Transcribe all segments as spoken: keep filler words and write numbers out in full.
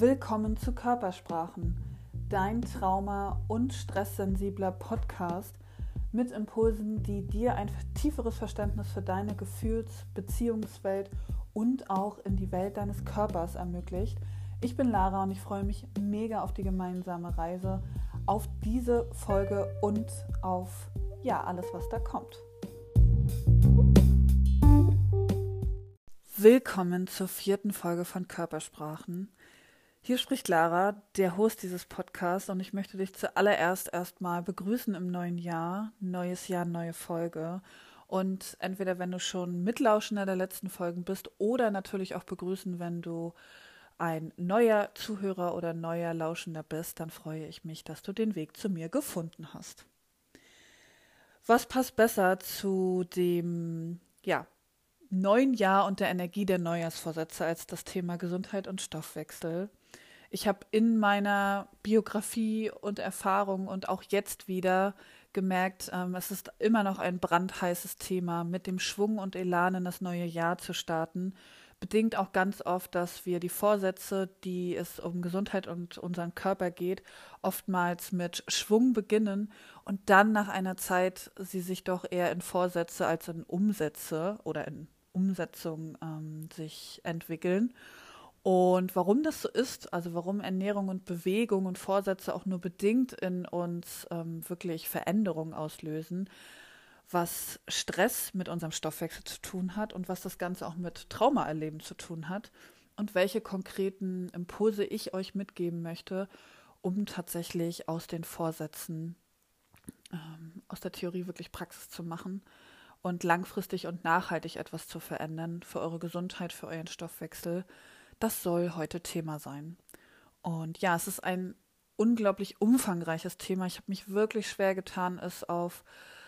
Willkommen zu Körpersprachen, dein Trauma- und stresssensibler Podcast mit Impulsen, die dir ein tieferes Verständnis für deine Gefühls-, Beziehungswelt und auch in die Welt deines Körpers ermöglicht. Ich bin Lara und ich freue mich mega auf die gemeinsame Reise, auf diese Folge und auf ja, alles, was da kommt. Willkommen zur vierten Folge von Körpersprachen. Hier spricht Lara, der Host dieses Podcasts, und ich möchte dich zuallererst erstmal begrüßen im neuen Jahr. Neues Jahr, neue Folge. Und entweder, wenn du schon Mitlauschender der letzten Folgen bist, oder natürlich auch begrüßen, wenn du ein neuer Zuhörer oder neuer Lauschender bist, dann freue ich mich, dass du den Weg zu mir gefunden hast. Was passt besser zu dem, ja, neuen Jahr und der Energie der Neujahrsvorsätze als das Thema Gesundheit und Stoffwechsel? Ich habe in meiner Biografie und Erfahrung und auch jetzt wieder gemerkt, ähm, es ist immer noch ein brandheißes Thema, mit dem Schwung und Elan in das neue Jahr zu starten. Bedingt auch ganz oft, dass wir die Vorsätze, die es um Gesundheit und unseren Körper geht, oftmals mit Schwung beginnen und dann nach einer Zeit sie sich doch eher in Vorsätze als in Umsätze oder in Umsetzung ähm, sich entwickeln. Und warum das so ist, also warum Ernährung und Bewegung und Vorsätze auch nur bedingt in uns ähm, wirklich Veränderungen auslösen, was Stress mit unserem Stoffwechsel zu tun hat und was das Ganze auch mit Traumaerleben zu tun hat und welche konkreten Impulse ich euch mitgeben möchte, um tatsächlich aus den Vorsätzen, ähm, aus der Theorie wirklich Praxis zu machen und langfristig und nachhaltig etwas zu verändern für eure Gesundheit, für euren Stoffwechsel. Das soll heute Thema sein. Und ja, es ist ein unglaublich umfangreiches Thema. Ich habe mich wirklich schwer getan, es auf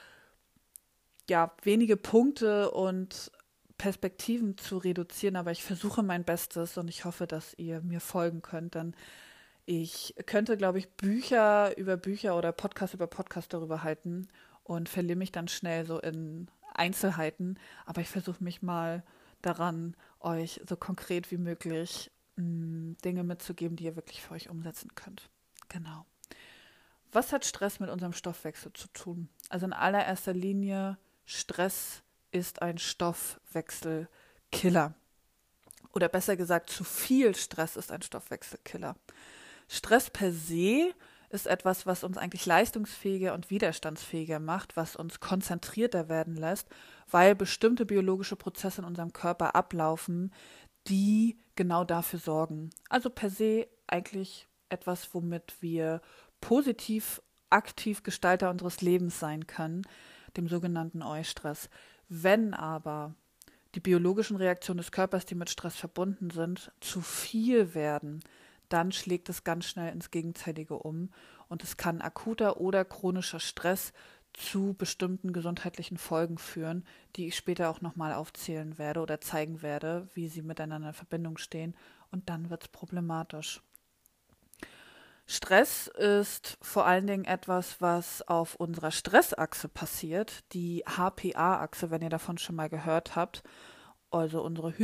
ja, wenige Punkte und Perspektiven zu reduzieren, aber ich versuche mein Bestes und ich hoffe, dass ihr mir folgen könnt, denn ich könnte, glaube ich, Bücher über Bücher oder Podcast über Podcast darüber halten und verliere mich dann schnell so in Einzelheiten, aber ich versuche mich mal daran, euch so konkret wie möglich mh, Dinge mitzugeben, die ihr wirklich für euch umsetzen könnt. Genau. Was hat Stress mit unserem Stoffwechsel zu tun? Also in allererster Linie, Stress ist ein Stoffwechselkiller. Oder besser gesagt, zu viel Stress ist ein Stoffwechselkiller. Stress per se ist etwas, was uns eigentlich leistungsfähiger und widerstandsfähiger macht, was uns konzentrierter werden lässt, weil bestimmte biologische Prozesse in unserem Körper ablaufen, die genau dafür sorgen. Also per se eigentlich etwas, womit wir positiv, aktiv Gestalter unseres Lebens sein können, dem sogenannten Eustress. Wenn aber die biologischen Reaktionen des Körpers, die mit Stress verbunden sind, zu viel werden, dann schlägt es ganz schnell ins Gegenteilige um und es kann akuter oder chronischer Stress zu bestimmten gesundheitlichen Folgen führen, die ich später auch nochmal aufzählen werde oder zeigen werde, wie sie miteinander in Verbindung stehen, und dann wird es problematisch. Stress ist vor allen Dingen etwas, was auf unserer Stressachse passiert, die H P A-Achse, wenn ihr davon schon mal gehört habt. Also unsere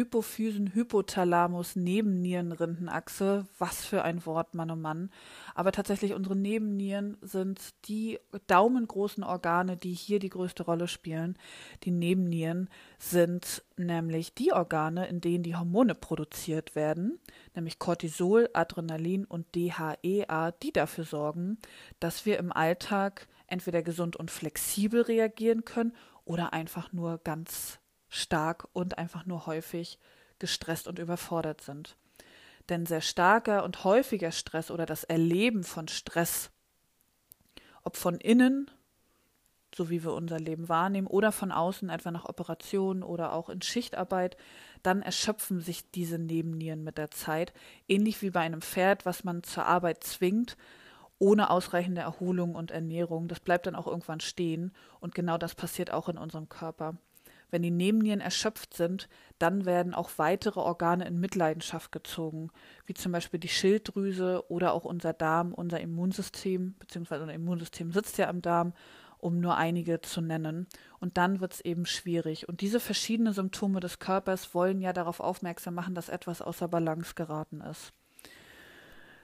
Hypophysen-Hypothalamus-Nebennierenrindenachse, was für ein Wort, Mann oh Mann. Aber tatsächlich unsere Nebennieren sind die daumengroßen Organe, die hier die größte Rolle spielen. Die Nebennieren sind nämlich die Organe, in denen die Hormone produziert werden, nämlich Cortisol, Adrenalin und D H E A, die dafür sorgen, dass wir im Alltag entweder gesund und flexibel reagieren können oder einfach nur ganz stark und einfach nur häufig gestresst und überfordert sind. Denn sehr starker und häufiger Stress oder das Erleben von Stress, ob von innen, so wie wir unser Leben wahrnehmen, oder von außen, etwa nach Operationen oder auch in Schichtarbeit, dann erschöpfen sich diese Nebennieren mit der Zeit, ähnlich wie bei einem Pferd, was man zur Arbeit zwingt, ohne ausreichende Erholung und Ernährung. Das bleibt dann auch irgendwann stehen und genau das passiert auch in unserem Körper. Wenn die Nebennieren erschöpft sind, dann werden auch weitere Organe in Mitleidenschaft gezogen, wie zum Beispiel die Schilddrüse oder auch unser Darm, unser Immunsystem, beziehungsweise unser Immunsystem sitzt ja im Darm, um nur einige zu nennen. Und dann wird es eben schwierig. Und diese verschiedenen Symptome des Körpers wollen ja darauf aufmerksam machen, dass etwas außer Balance geraten ist.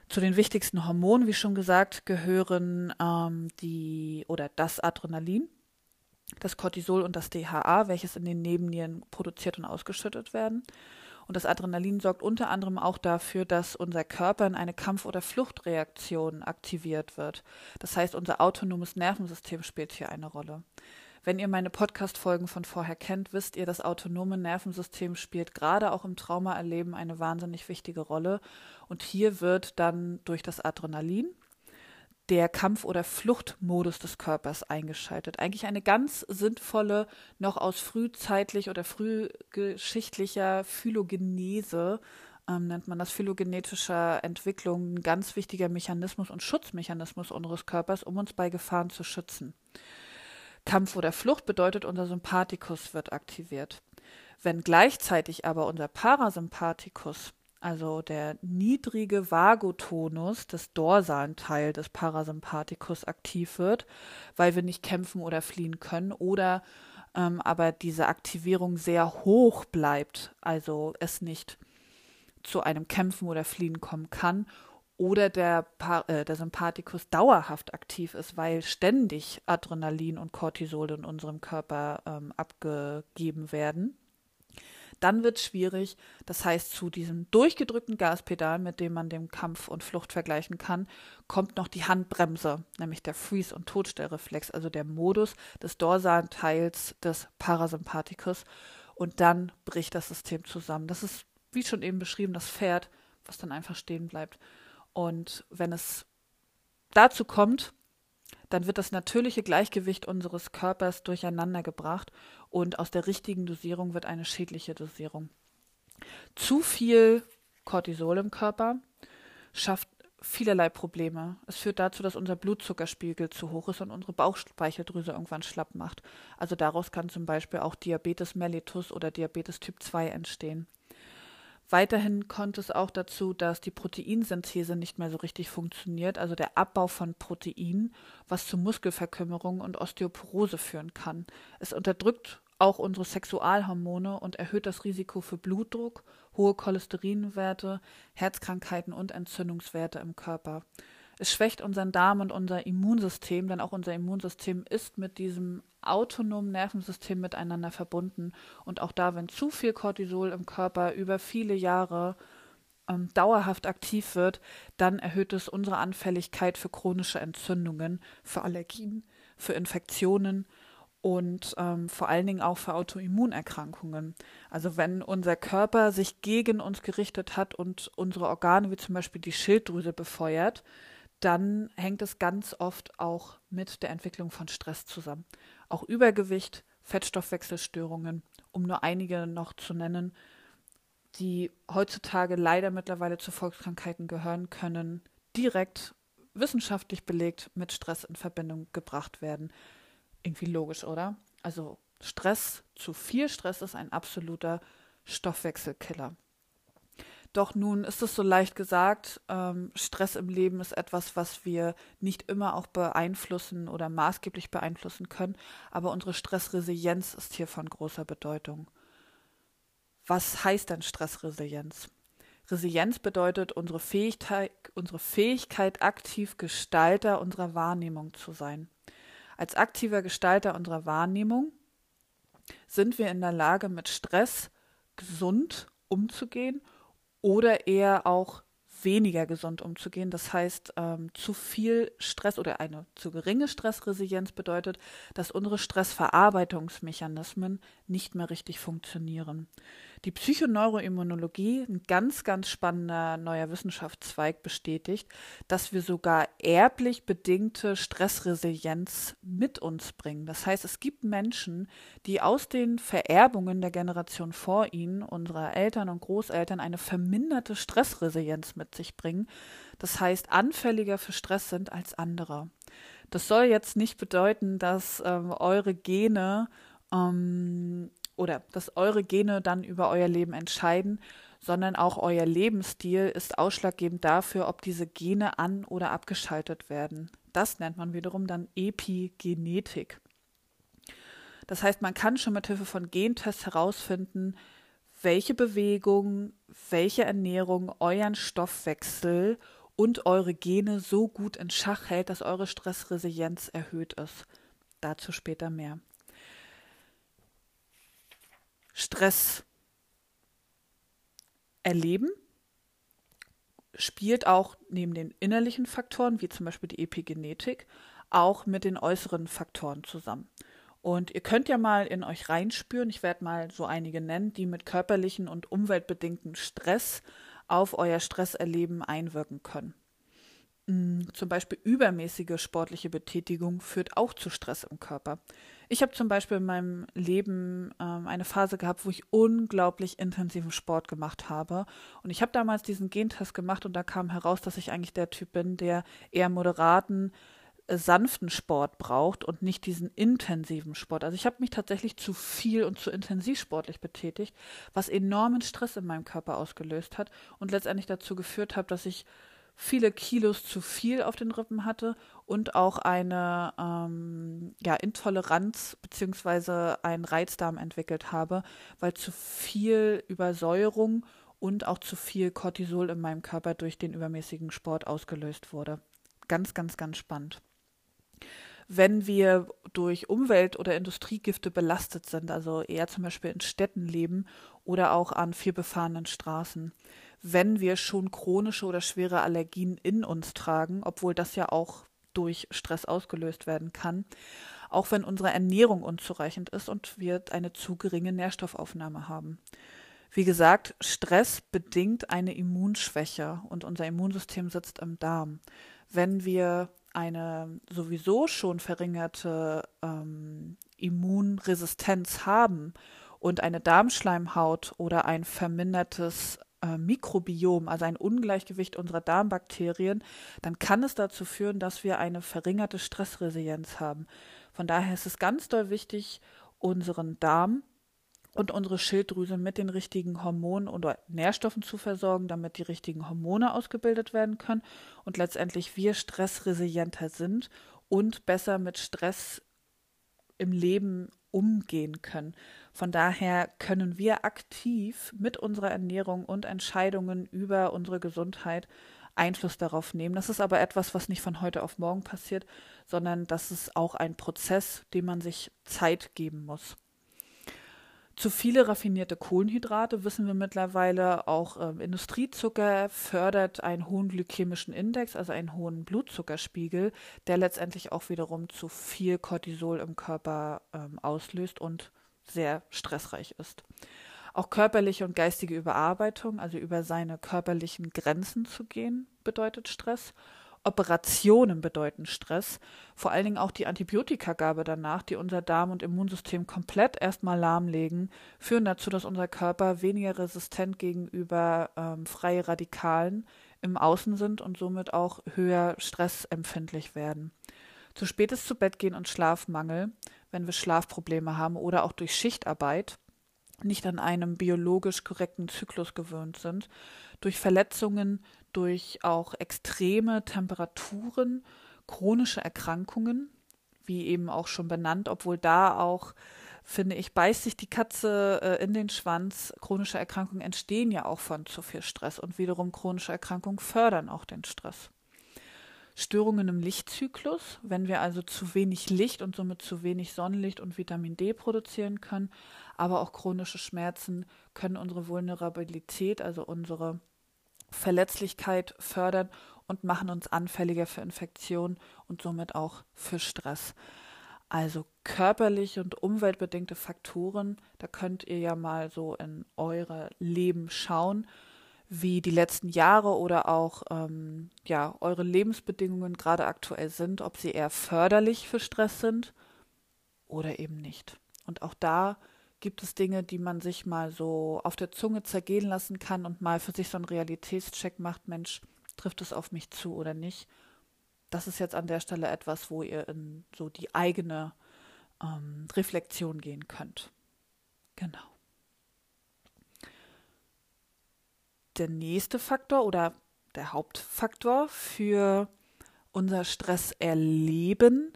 Zu den wichtigsten Hormonen, wie schon gesagt, gehören ähm, die oder das Adrenalin, das Cortisol und das D H A, welches in den Nebennieren produziert und ausgeschüttet werden. Und das Adrenalin sorgt unter anderem auch dafür, dass unser Körper in eine Kampf- oder Fluchtreaktion aktiviert wird. Das heißt, unser autonomes Nervensystem spielt hier eine Rolle. Wenn ihr meine Podcast-Folgen von vorher kennt, wisst ihr, das autonome Nervensystem spielt gerade auch im Traumaerleben eine wahnsinnig wichtige Rolle. Und hier wird dann durch das Adrenalin der Kampf- oder Fluchtmodus des Körpers eingeschaltet. Eigentlich eine ganz sinnvolle, noch aus frühzeitlich oder frühgeschichtlicher Phylogenese, ähm, nennt man das, phylogenetischer Entwicklung, ein ganz wichtiger Mechanismus und Schutzmechanismus unseres Körpers, um uns bei Gefahren zu schützen. Kampf oder Flucht bedeutet, unser Sympathikus wird aktiviert. Wenn gleichzeitig aber unser Parasympathikus, also der niedrige Vagotonus des dorsalen Teil des Parasympathikus aktiv wird, weil wir nicht kämpfen oder fliehen können oder ähm, aber diese Aktivierung sehr hoch bleibt, also es nicht zu einem Kämpfen oder Fliehen kommen kann oder der, Pa- äh, der Sympathikus dauerhaft aktiv ist, weil ständig Adrenalin und Cortisol in unserem Körper ähm, abgegeben werden, dann wird es schwierig. Das heißt, zu diesem durchgedrückten Gaspedal, mit dem man den Kampf und Flucht vergleichen kann, kommt noch die Handbremse, nämlich der Freeze- und Todstellreflex, also der Modus des dorsalen Teils des Parasympathikus. Und dann bricht das System zusammen. Das ist, wie schon eben beschrieben, das Pferd, was dann einfach stehen bleibt. Und wenn es dazu kommt, dann wird das natürliche Gleichgewicht unseres Körpers durcheinander gebracht und aus der richtigen Dosierung wird eine schädliche Dosierung. Zu viel Cortisol im Körper schafft vielerlei Probleme. Es führt dazu, dass unser Blutzuckerspiegel zu hoch ist und unsere Bauchspeicheldrüse irgendwann schlapp macht. Also daraus kann zum Beispiel auch Diabetes mellitus oder Diabetes Typ zwei entstehen. Weiterhin kommt es auch dazu, dass die Proteinsynthese nicht mehr so richtig funktioniert, also der Abbau von Protein, was zu Muskelverkümmerung und Osteoporose führen kann. Es unterdrückt auch unsere Sexualhormone und erhöht das Risiko für Blutdruck, hohe Cholesterinwerte, Herzkrankheiten und Entzündungswerte im Körper. Es schwächt unseren Darm und unser Immunsystem, denn auch unser Immunsystem ist mit diesem autonomen Nervensystem miteinander verbunden. Und auch da, wenn zu viel Cortisol im Körper über viele Jahre ähm, dauerhaft aktiv wird, dann erhöht es unsere Anfälligkeit für chronische Entzündungen, für Allergien, für Infektionen und ähm, vor allen Dingen auch für Autoimmunerkrankungen. Also wenn unser Körper sich gegen uns gerichtet hat und unsere Organe wie zum Beispiel die Schilddrüse befeuert, dann hängt es ganz oft auch mit der Entwicklung von Stress zusammen. Auch Übergewicht, Fettstoffwechselstörungen, um nur einige noch zu nennen, die heutzutage leider mittlerweile zu Volkskrankheiten gehören, können direkt wissenschaftlich belegt mit Stress in Verbindung gebracht werden. Irgendwie logisch, oder? Also Stress, zu viel Stress ist ein absoluter Stoffwechselkiller. Doch nun ist es so leicht gesagt, ähm, Stress im Leben ist etwas, was wir nicht immer auch beeinflussen oder maßgeblich beeinflussen können, aber unsere Stressresilienz ist hier von großer Bedeutung. Was heißt denn Stressresilienz? Resilienz bedeutet unsere Fähigkeit, unsere Fähigkeit, aktiv Gestalter unserer Wahrnehmung zu sein. Als aktiver Gestalter unserer Wahrnehmung sind wir in der Lage, mit Stress gesund umzugehen oder eher auch weniger gesund umzugehen. Das heißt, ähm, zu viel Stress oder eine zu geringe Stressresilienz bedeutet, dass unsere Stressverarbeitungsmechanismen nicht mehr richtig funktionieren. Die Psychoneuroimmunologie, ein ganz, ganz spannender neuer Wissenschaftszweig, bestätigt, dass wir sogar erblich bedingte Stressresilienz mit uns bringen. Das heißt, es gibt Menschen, die aus den Vererbungen der Generation vor ihnen, unserer Eltern und Großeltern, eine verminderte Stressresilienz mit sich bringen. Das heißt, anfälliger für Stress sind als andere. Das soll jetzt nicht bedeuten, dass ähm, eure Gene ähm, oder dass eure Gene dann über euer Leben entscheiden, sondern auch euer Lebensstil ist ausschlaggebend dafür, ob diese Gene an- oder abgeschaltet werden. Das nennt man wiederum dann Epigenetik. Das heißt, man kann schon mit Hilfe von Gentests herausfinden, welche Bewegung, welche Ernährung euren Stoffwechsel und eure Gene so gut in Schach hält, dass eure Stressresilienz erhöht ist. Dazu später mehr. Stress erleben spielt auch neben den innerlichen Faktoren, wie zum Beispiel die Epigenetik, auch mit den äußeren Faktoren zusammen. Und ihr könnt ja mal in euch reinspüren, ich werde mal so einige nennen, die mit körperlichen und umweltbedingten Stress auf euer Stresserleben einwirken können. Zum Beispiel übermäßige sportliche Betätigung führt auch zu Stress im Körper. Ich habe zum Beispiel in meinem Leben ähm, eine Phase gehabt, wo ich unglaublich intensiven Sport gemacht habe. Und ich habe damals diesen Gentest gemacht und da kam heraus, dass ich eigentlich der Typ bin, der eher moderaten, äh, sanften Sport braucht und nicht diesen intensiven Sport. Also ich habe mich tatsächlich zu viel und zu intensiv sportlich betätigt, was enormen Stress in meinem Körper ausgelöst hat und letztendlich dazu geführt hat, dass ich viele Kilos zu viel auf den Rippen hatte und auch eine ähm, ja, Intoleranz beziehungsweise einen Reizdarm entwickelt habe, weil zu viel Übersäuerung und auch zu viel Cortisol in meinem Körper durch den übermäßigen Sport ausgelöst wurde. Ganz, ganz, ganz spannend. Wenn wir durch Umwelt- oder Industriegifte belastet sind, also eher zum Beispiel in Städten leben oder auch an vielbefahrenen Straßen, wenn wir schon chronische oder schwere Allergien in uns tragen, obwohl das ja auch durch Stress ausgelöst werden kann, auch wenn unsere Ernährung unzureichend ist und wir eine zu geringe Nährstoffaufnahme haben. Wie gesagt, Stress bedingt eine Immunschwäche und unser Immunsystem sitzt im Darm. Wenn wir eine sowieso schon verringerte ähm, Immunresistenz haben und eine Darmschleimhaut oder ein vermindertes äh, Mikrobiom, also ein Ungleichgewicht unserer Darmbakterien, dann kann es dazu führen, dass wir eine verringerte Stressresilienz haben. Von daher ist es ganz doll wichtig, unseren Darm und unsere Schilddrüse mit den richtigen Hormonen oder Nährstoffen zu versorgen, damit die richtigen Hormone ausgebildet werden können und letztendlich wir stressresilienter sind und besser mit Stress im Leben umgehen können. Von daher können wir aktiv mit unserer Ernährung und Entscheidungen über unsere Gesundheit Einfluss darauf nehmen. Das ist aber etwas, was nicht von heute auf morgen passiert, sondern das ist auch ein Prozess, dem man sich Zeit geben muss. Zu viele raffinierte Kohlenhydrate, wissen wir mittlerweile, auch ähm, Industriezucker fördert einen hohen glykämischen Index, also einen hohen Blutzuckerspiegel, der letztendlich auch wiederum zu viel Cortisol im Körper ähm, auslöst und sehr stressreich ist. Auch körperliche und geistige Überarbeitung, also über seine körperlichen Grenzen zu gehen, bedeutet Stress. Operationen bedeuten Stress, vor allen Dingen auch die Antibiotikagabe danach, die unser Darm- und Immunsystem komplett erstmal lahmlegen, führen dazu, dass unser Körper weniger resistent gegenüber ähm, freien Radikalen im Außen sind und somit auch höher stressempfindlich werden. Zu spätes zu Bett gehen und Schlafmangel, wenn wir Schlafprobleme haben oder auch durch Schichtarbeit, nicht an einem biologisch korrekten Zyklus gewöhnt sind, durch Verletzungen, durch auch extreme Temperaturen, chronische Erkrankungen, wie eben auch schon benannt, obwohl da auch, finde ich, beißt sich die Katze äh, in den Schwanz. Chronische Erkrankungen entstehen ja auch von zu viel Stress und wiederum chronische Erkrankungen fördern auch den Stress. Störungen im Lichtzyklus, wenn wir also zu wenig Licht und somit zu wenig Sonnenlicht und Vitamin D produzieren können, aber auch chronische Schmerzen können unsere Vulnerabilität, also unsere Verletzlichkeit fördern und machen uns anfälliger für Infektionen und somit auch für Stress. Also körperliche und umweltbedingte Faktoren, da könnt ihr ja mal so in euer Leben schauen, wie die letzten Jahre oder auch ähm, ja, eure Lebensbedingungen gerade aktuell sind, ob sie eher förderlich für Stress sind oder eben nicht. Und auch da gibt es Dinge, die man sich mal so auf der Zunge zergehen lassen kann und mal für sich so einen Realitätscheck macht, Mensch, trifft es auf mich zu oder nicht? Das ist jetzt an der Stelle etwas, wo ihr in so die eigene ähm, Reflexion gehen könnt. Genau. Der nächste Faktor oder der Hauptfaktor für unser Stresserleben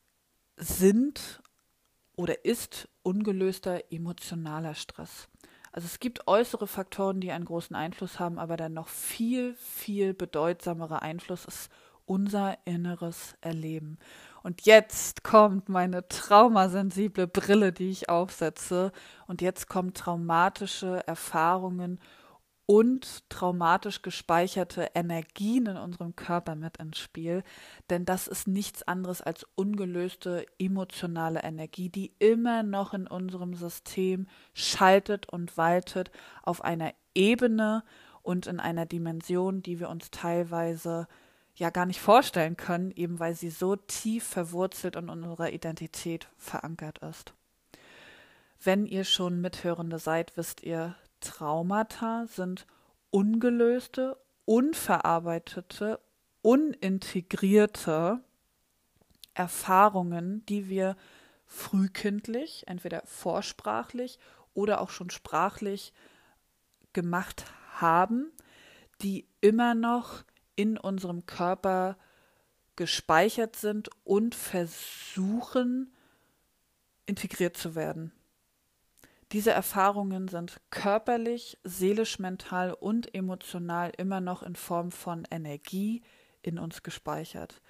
sind oder ist ungelöster emotionaler Stress. Also es gibt äußere Faktoren, die einen großen Einfluss haben, aber der noch viel, viel bedeutsamere Einfluss ist unser inneres Erleben. Und jetzt kommt meine traumasensible Brille, die ich aufsetze. Und jetzt kommen traumatische Erfahrungen und traumatisch gespeicherte Energien in unserem Körper mit ins Spiel. Denn das ist nichts anderes als ungelöste emotionale Energie, die immer noch in unserem System schaltet und waltet auf einer Ebene und in einer Dimension, die wir uns teilweise ja gar nicht vorstellen können, eben weil sie so tief verwurzelt in unserer Identität verankert ist. Wenn ihr schon Mithörende seid, wisst ihr, Traumata sind ungelöste, unverarbeitete, unintegrierte Erfahrungen, die wir frühkindlich, entweder vorsprachlich oder auch schon sprachlich gemacht haben, die immer noch in unserem Körper gespeichert sind und versuchen, integriert zu werden. Diese Erfahrungen sind körperlich, seelisch, mental und emotional immer noch in Form von Energie in uns gespeichert.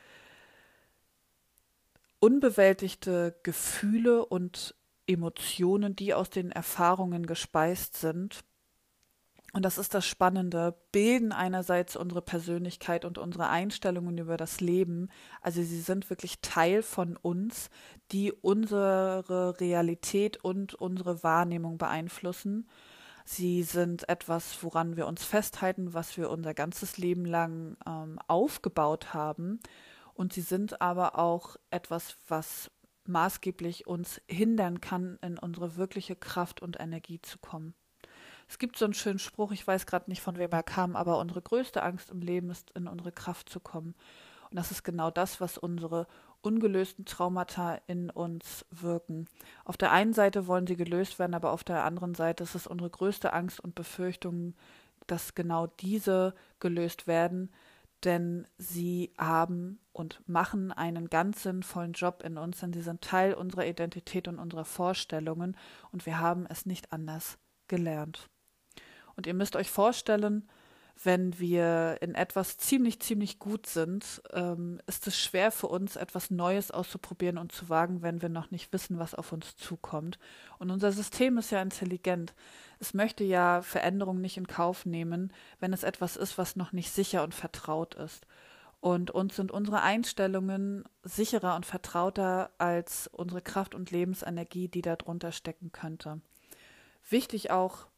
Unbewältigte Gefühle und Emotionen, die aus den Erfahrungen gespeist sind, und das ist das Spannende, bilden einerseits unsere Persönlichkeit und unsere Einstellungen über das Leben. Also sie sind wirklich Teil von uns, die unsere Realität und unsere Wahrnehmung beeinflussen. Sie sind etwas, woran wir uns festhalten, was wir unser ganzes Leben lang ähm, aufgebaut haben. Und sie sind aber auch etwas, was maßgeblich uns hindern kann, in unsere wirkliche Kraft und Energie zu kommen. Es gibt so einen schönen Spruch, ich weiß gerade nicht, von wem er kam, aber unsere größte Angst im Leben ist, in unsere Kraft zu kommen. Und das ist genau das, was unsere ungelösten Traumata in uns wirken. Auf der einen Seite wollen sie gelöst werden, aber auf der anderen Seite ist es unsere größte Angst und Befürchtung, dass genau diese gelöst werden, denn sie haben und machen einen ganz sinnvollen Job in uns, denn sie sind Teil unserer Identität und unserer Vorstellungen und wir haben es nicht anders gelernt. Und ihr müsst euch vorstellen, wenn wir in etwas ziemlich, ziemlich gut sind, ähm, ist es schwer für uns, etwas Neues auszuprobieren und zu wagen, wenn wir noch nicht wissen, was auf uns zukommt. Und unser System ist ja intelligent. Es möchte ja Veränderungen nicht in Kauf nehmen, wenn es etwas ist, was noch nicht sicher und vertraut ist. Und uns sind unsere Einstellungen sicherer und vertrauter als unsere Kraft und Lebensenergie, die darunter stecken könnte. Wichtig auch,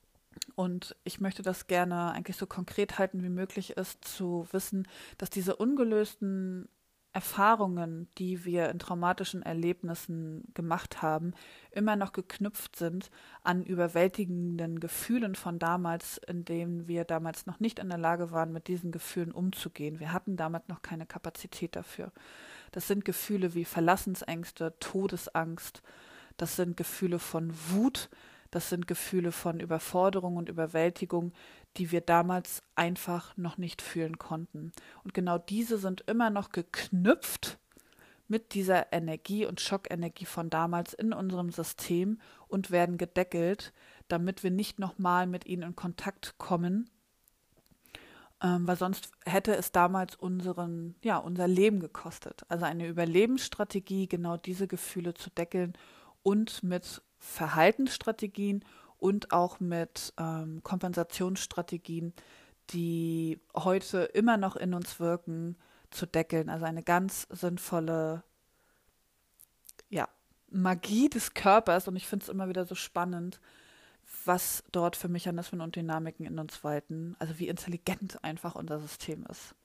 und ich möchte das gerne eigentlich so konkret halten wie möglich ist, zu wissen, dass diese ungelösten Erfahrungen, die wir in traumatischen Erlebnissen gemacht haben, immer noch geknüpft sind an überwältigenden Gefühlen von damals, in denen wir damals noch nicht in der Lage waren, mit diesen Gefühlen umzugehen. Wir hatten damals noch keine Kapazität dafür. Das sind Gefühle wie Verlassensängste, Todesangst, das sind Gefühle von Wut, das sind Gefühle von Überforderung und Überwältigung, die wir damals einfach noch nicht fühlen konnten. Und genau diese sind immer noch geknüpft mit dieser Energie und Schockenergie von damals in unserem System und werden gedeckelt, damit wir nicht nochmal mit ihnen in Kontakt kommen, ähm, weil sonst hätte es damals unseren, ja, unser Leben gekostet. Also eine Überlebensstrategie, genau diese Gefühle zu deckeln und mit Verhaltensstrategien und auch mit ähm, Kompensationsstrategien, die heute immer noch in uns wirken, zu deckeln. Also eine ganz sinnvolle, ja, Magie des Körpers. Und ich finde es immer wieder so spannend, was dort für Mechanismen und Dynamiken in uns walten. Also wie intelligent einfach unser System ist.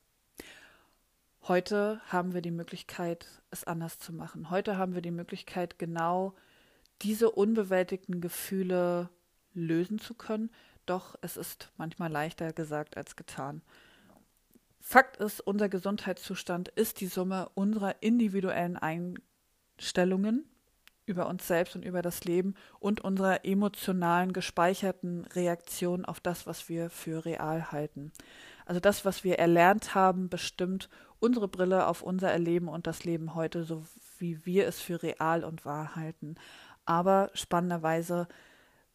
Heute haben wir die Möglichkeit, es anders zu machen. Heute haben wir die Möglichkeit, genau diese unbewältigten Gefühle lösen zu können, doch es ist manchmal leichter gesagt als getan. Fakt ist, unser Gesundheitszustand ist die Summe unserer individuellen Einstellungen über uns selbst und über das Leben und unserer emotionalen, gespeicherten Reaktion auf das, was wir für real halten. Also das, was wir erlernt haben, bestimmt unsere Brille auf unser Erleben und das Leben heute, so wie wir es für real und wahr halten. Aber spannenderweise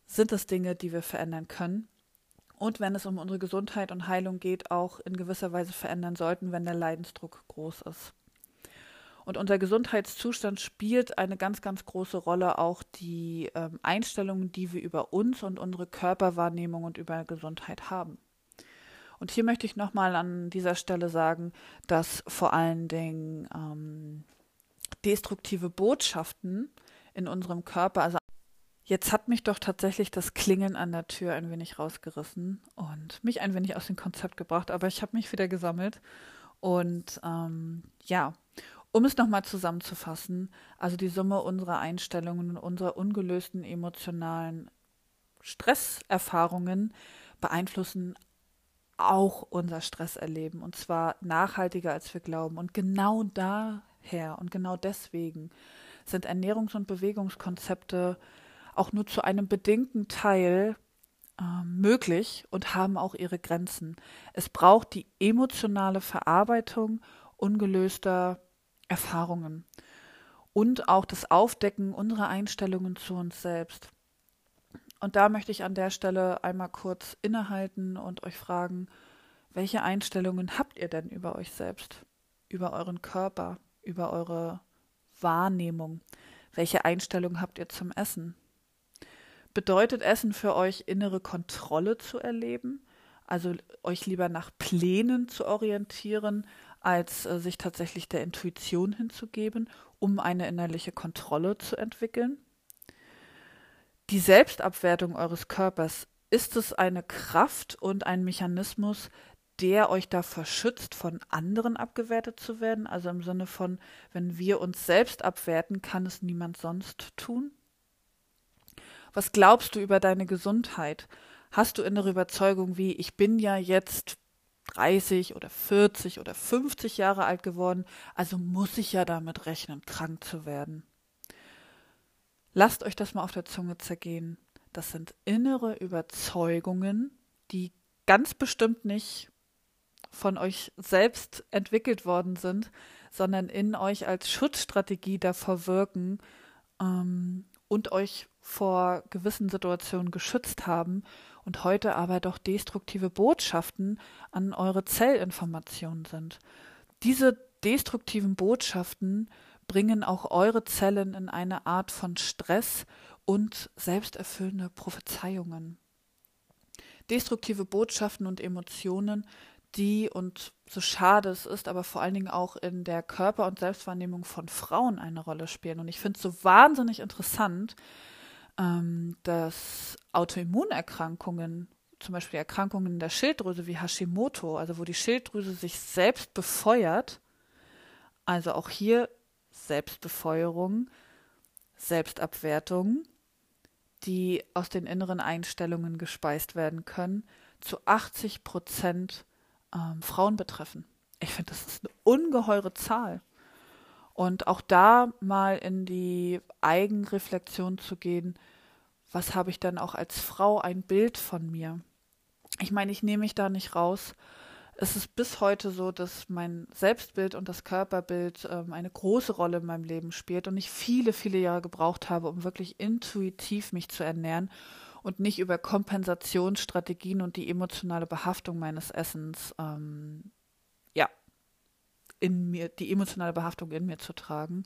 sind es Dinge, die wir verändern können. Und wenn es um unsere Gesundheit und Heilung geht, auch in gewisser Weise verändern sollten, wenn der Leidensdruck groß ist. Und unser Gesundheitszustand spielt eine ganz, ganz große Rolle, auch die ähm, Einstellungen, die wir über uns und unsere Körperwahrnehmung und über Gesundheit haben. Und hier möchte ich nochmal an dieser Stelle sagen, dass vor allen Dingen ähm, destruktive Botschaften in unserem Körper, also jetzt hat mich doch tatsächlich das Klingeln an der Tür ein wenig rausgerissen und mich ein wenig aus dem Konzept gebracht, aber ich habe mich wieder gesammelt. Und ähm, ja, um es nochmal zusammenzufassen, also die Summe unserer Einstellungen und unserer ungelösten emotionalen Stresserfahrungen beeinflussen auch unser Stresserleben, und zwar nachhaltiger, als wir glauben. Und genau daher und genau deswegen sind Ernährungs- und Bewegungskonzepte auch nur zu einem bedingten Teil äh, möglich und haben auch ihre Grenzen. Es braucht die emotionale Verarbeitung ungelöster Erfahrungen und auch das Aufdecken unserer Einstellungen zu uns selbst. Und da möchte ich an der Stelle einmal kurz innehalten und euch fragen, welche Einstellungen habt ihr denn über euch selbst, über euren Körper, über eure Wahrnehmung? Welche Einstellung habt ihr zum Essen? Bedeutet Essen für euch, innere Kontrolle zu erleben, also euch lieber nach Plänen zu orientieren, als äh, sich tatsächlich der Intuition hinzugeben, um eine innerliche Kontrolle zu entwickeln? Die Selbstabwertung eures Körpers, ist es eine Kraft und ein Mechanismus, der euch davor schützt, von anderen abgewertet zu werden? Also im Sinne von, wenn wir uns selbst abwerten, kann es niemand sonst tun? Was glaubst du über deine Gesundheit? Hast du innere Überzeugung wie, ich bin ja jetzt dreißig oder vierzig oder fünfzig Jahre alt geworden, also muss ich ja damit rechnen, krank zu werden? Lasst euch das mal auf der Zunge zergehen. Das sind innere Überzeugungen, die ganz bestimmt nicht von euch selbst entwickelt worden sind, sondern in euch als Schutzstrategie davor wirken ähm, und euch vor gewissen Situationen geschützt haben und heute aber doch destruktive Botschaften an eure Zellinformationen sind. Diese destruktiven Botschaften bringen auch eure Zellen in eine Art von Stress und selbsterfüllende Prophezeiungen. Destruktive Botschaften und Emotionen, die, und so schade es ist, aber vor allen Dingen auch in der Körper- und Selbstwahrnehmung von Frauen eine Rolle spielen. Und ich finde es so wahnsinnig interessant, ähm, dass Autoimmunerkrankungen, zum Beispiel Erkrankungen der Schilddrüse wie Hashimoto, also wo die Schilddrüse sich selbst befeuert, also auch hier Selbstbefeuerung, Selbstabwertung, die aus den inneren Einstellungen gespeist werden können, zu achtzig Prozent ähm, Frauen betreffen. Ich finde, das ist eine ungeheure Zahl. Und auch da mal in die Eigenreflexion zu gehen, was habe ich dann auch als Frau ein Bild von mir? Ich meine, ich nehme mich da nicht raus. Es ist bis heute so, dass mein Selbstbild und das Körperbild ähm, eine große Rolle in meinem Leben spielt und ich viele, viele Jahre gebraucht habe, um wirklich intuitiv mich zu ernähren und nicht über Kompensationsstrategien und die emotionale Behaftung meines Essens, ähm, ja, in mir, die emotionale Behaftung in mir zu tragen.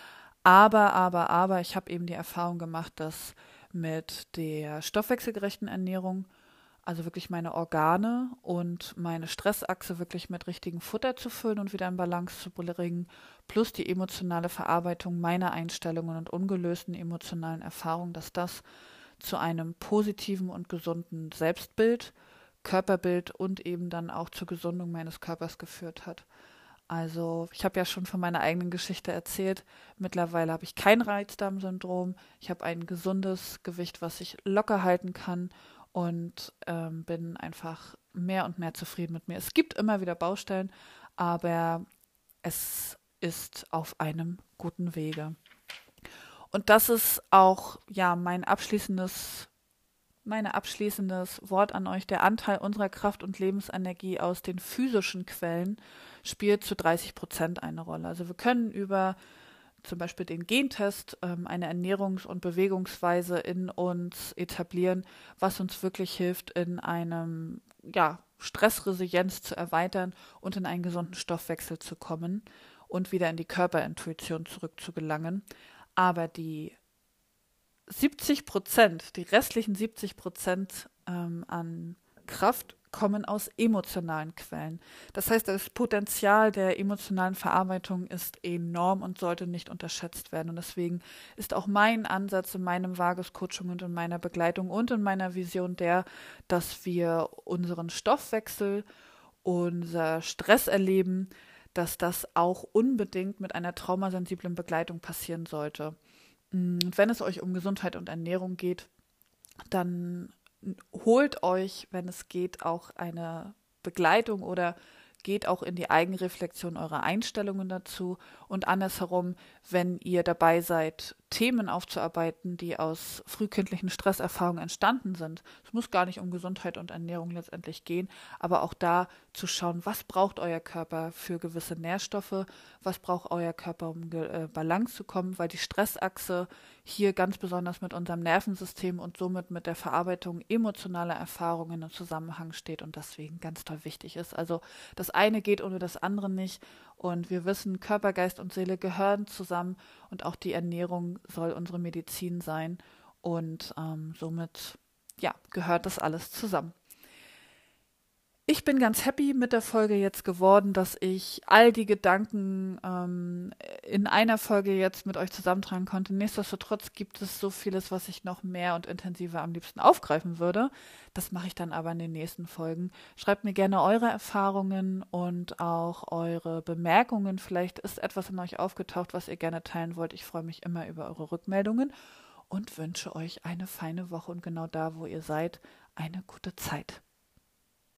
Aber, aber, aber, ich habe eben die Erfahrung gemacht, dass mit der stoffwechselgerechten Ernährung, also wirklich meine Organe und meine Stressachse wirklich mit richtigem Futter zu füllen und wieder in Balance zu bringen, plus die emotionale Verarbeitung meiner Einstellungen und ungelösten emotionalen Erfahrungen, dass das zu einem positiven und gesunden Selbstbild, Körperbild und eben dann auch zur Gesundung meines Körpers geführt hat. Also ich habe ja schon von meiner eigenen Geschichte erzählt. Mittlerweile habe ich kein Reizdarmsyndrom. Ich habe ein gesundes Gewicht, was ich locker halten kann und ähm, bin einfach mehr und mehr zufrieden mit mir. Es gibt immer wieder Baustellen, aber es ist auf einem guten Wege. Und das ist auch ja mein abschließendes Mein abschließendes Wort an euch. Der Anteil unserer Kraft- und Lebensenergie aus den physischen Quellen spielt zu dreißig Prozent eine Rolle. Also wir können über zum Beispiel den Gentest, ähm, eine Ernährungs- und Bewegungsweise in uns etablieren, was uns wirklich hilft, in einem, ja, Stressresilienz zu erweitern und in einen gesunden Stoffwechsel zu kommen und wieder in die Körperintuition zurückzugelangen. Aber die siebzig Prozent, die restlichen siebzig Prozent ähm, an Kraft kommen aus emotionalen Quellen. Das heißt, das Potenzial der emotionalen Verarbeitung ist enorm und sollte nicht unterschätzt werden. Und deswegen ist auch mein Ansatz in meinem Vagus-Coaching und in meiner Begleitung und in meiner Vision der, dass wir unseren Stoffwechsel, unser Stresserleben, dass das auch unbedingt mit einer traumasensiblen Begleitung passieren sollte. Und wenn es euch um Gesundheit und Ernährung geht, dann holt euch, wenn es geht, auch eine Begleitung oder geht auch in die Eigenreflexion eurer Einstellungen dazu und andersherum, wenn ihr dabei seid, Themen aufzuarbeiten, die aus frühkindlichen Stresserfahrungen entstanden sind. Es muss gar nicht um Gesundheit und Ernährung letztendlich gehen, aber auch da zu schauen, was braucht euer Körper für gewisse Nährstoffe, was braucht euer Körper, um in äh, Balance zu kommen, weil die Stressachse hier ganz besonders mit unserem Nervensystem und somit mit der Verarbeitung emotionaler Erfahrungen im Zusammenhang steht und deswegen ganz toll wichtig ist. Also das eine geht ohne das andere nicht und wir wissen, Körper, Geist und Seele gehören zusammen und auch die Ernährung soll unsere Medizin sein und ähm, somit ja, gehört das alles zusammen. Ich bin ganz happy mit der Folge jetzt geworden, dass ich all die Gedanken ähm, in einer Folge jetzt mit euch zusammentragen konnte. Nichtsdestotrotz gibt es so vieles, was ich noch mehr und intensiver am liebsten aufgreifen würde. Das mache ich dann aber in den nächsten Folgen. Schreibt mir gerne eure Erfahrungen und auch eure Bemerkungen. Vielleicht ist etwas in euch aufgetaucht, was ihr gerne teilen wollt. Ich freue mich immer über eure Rückmeldungen und wünsche euch eine feine Woche und genau da, wo ihr seid, eine gute Zeit.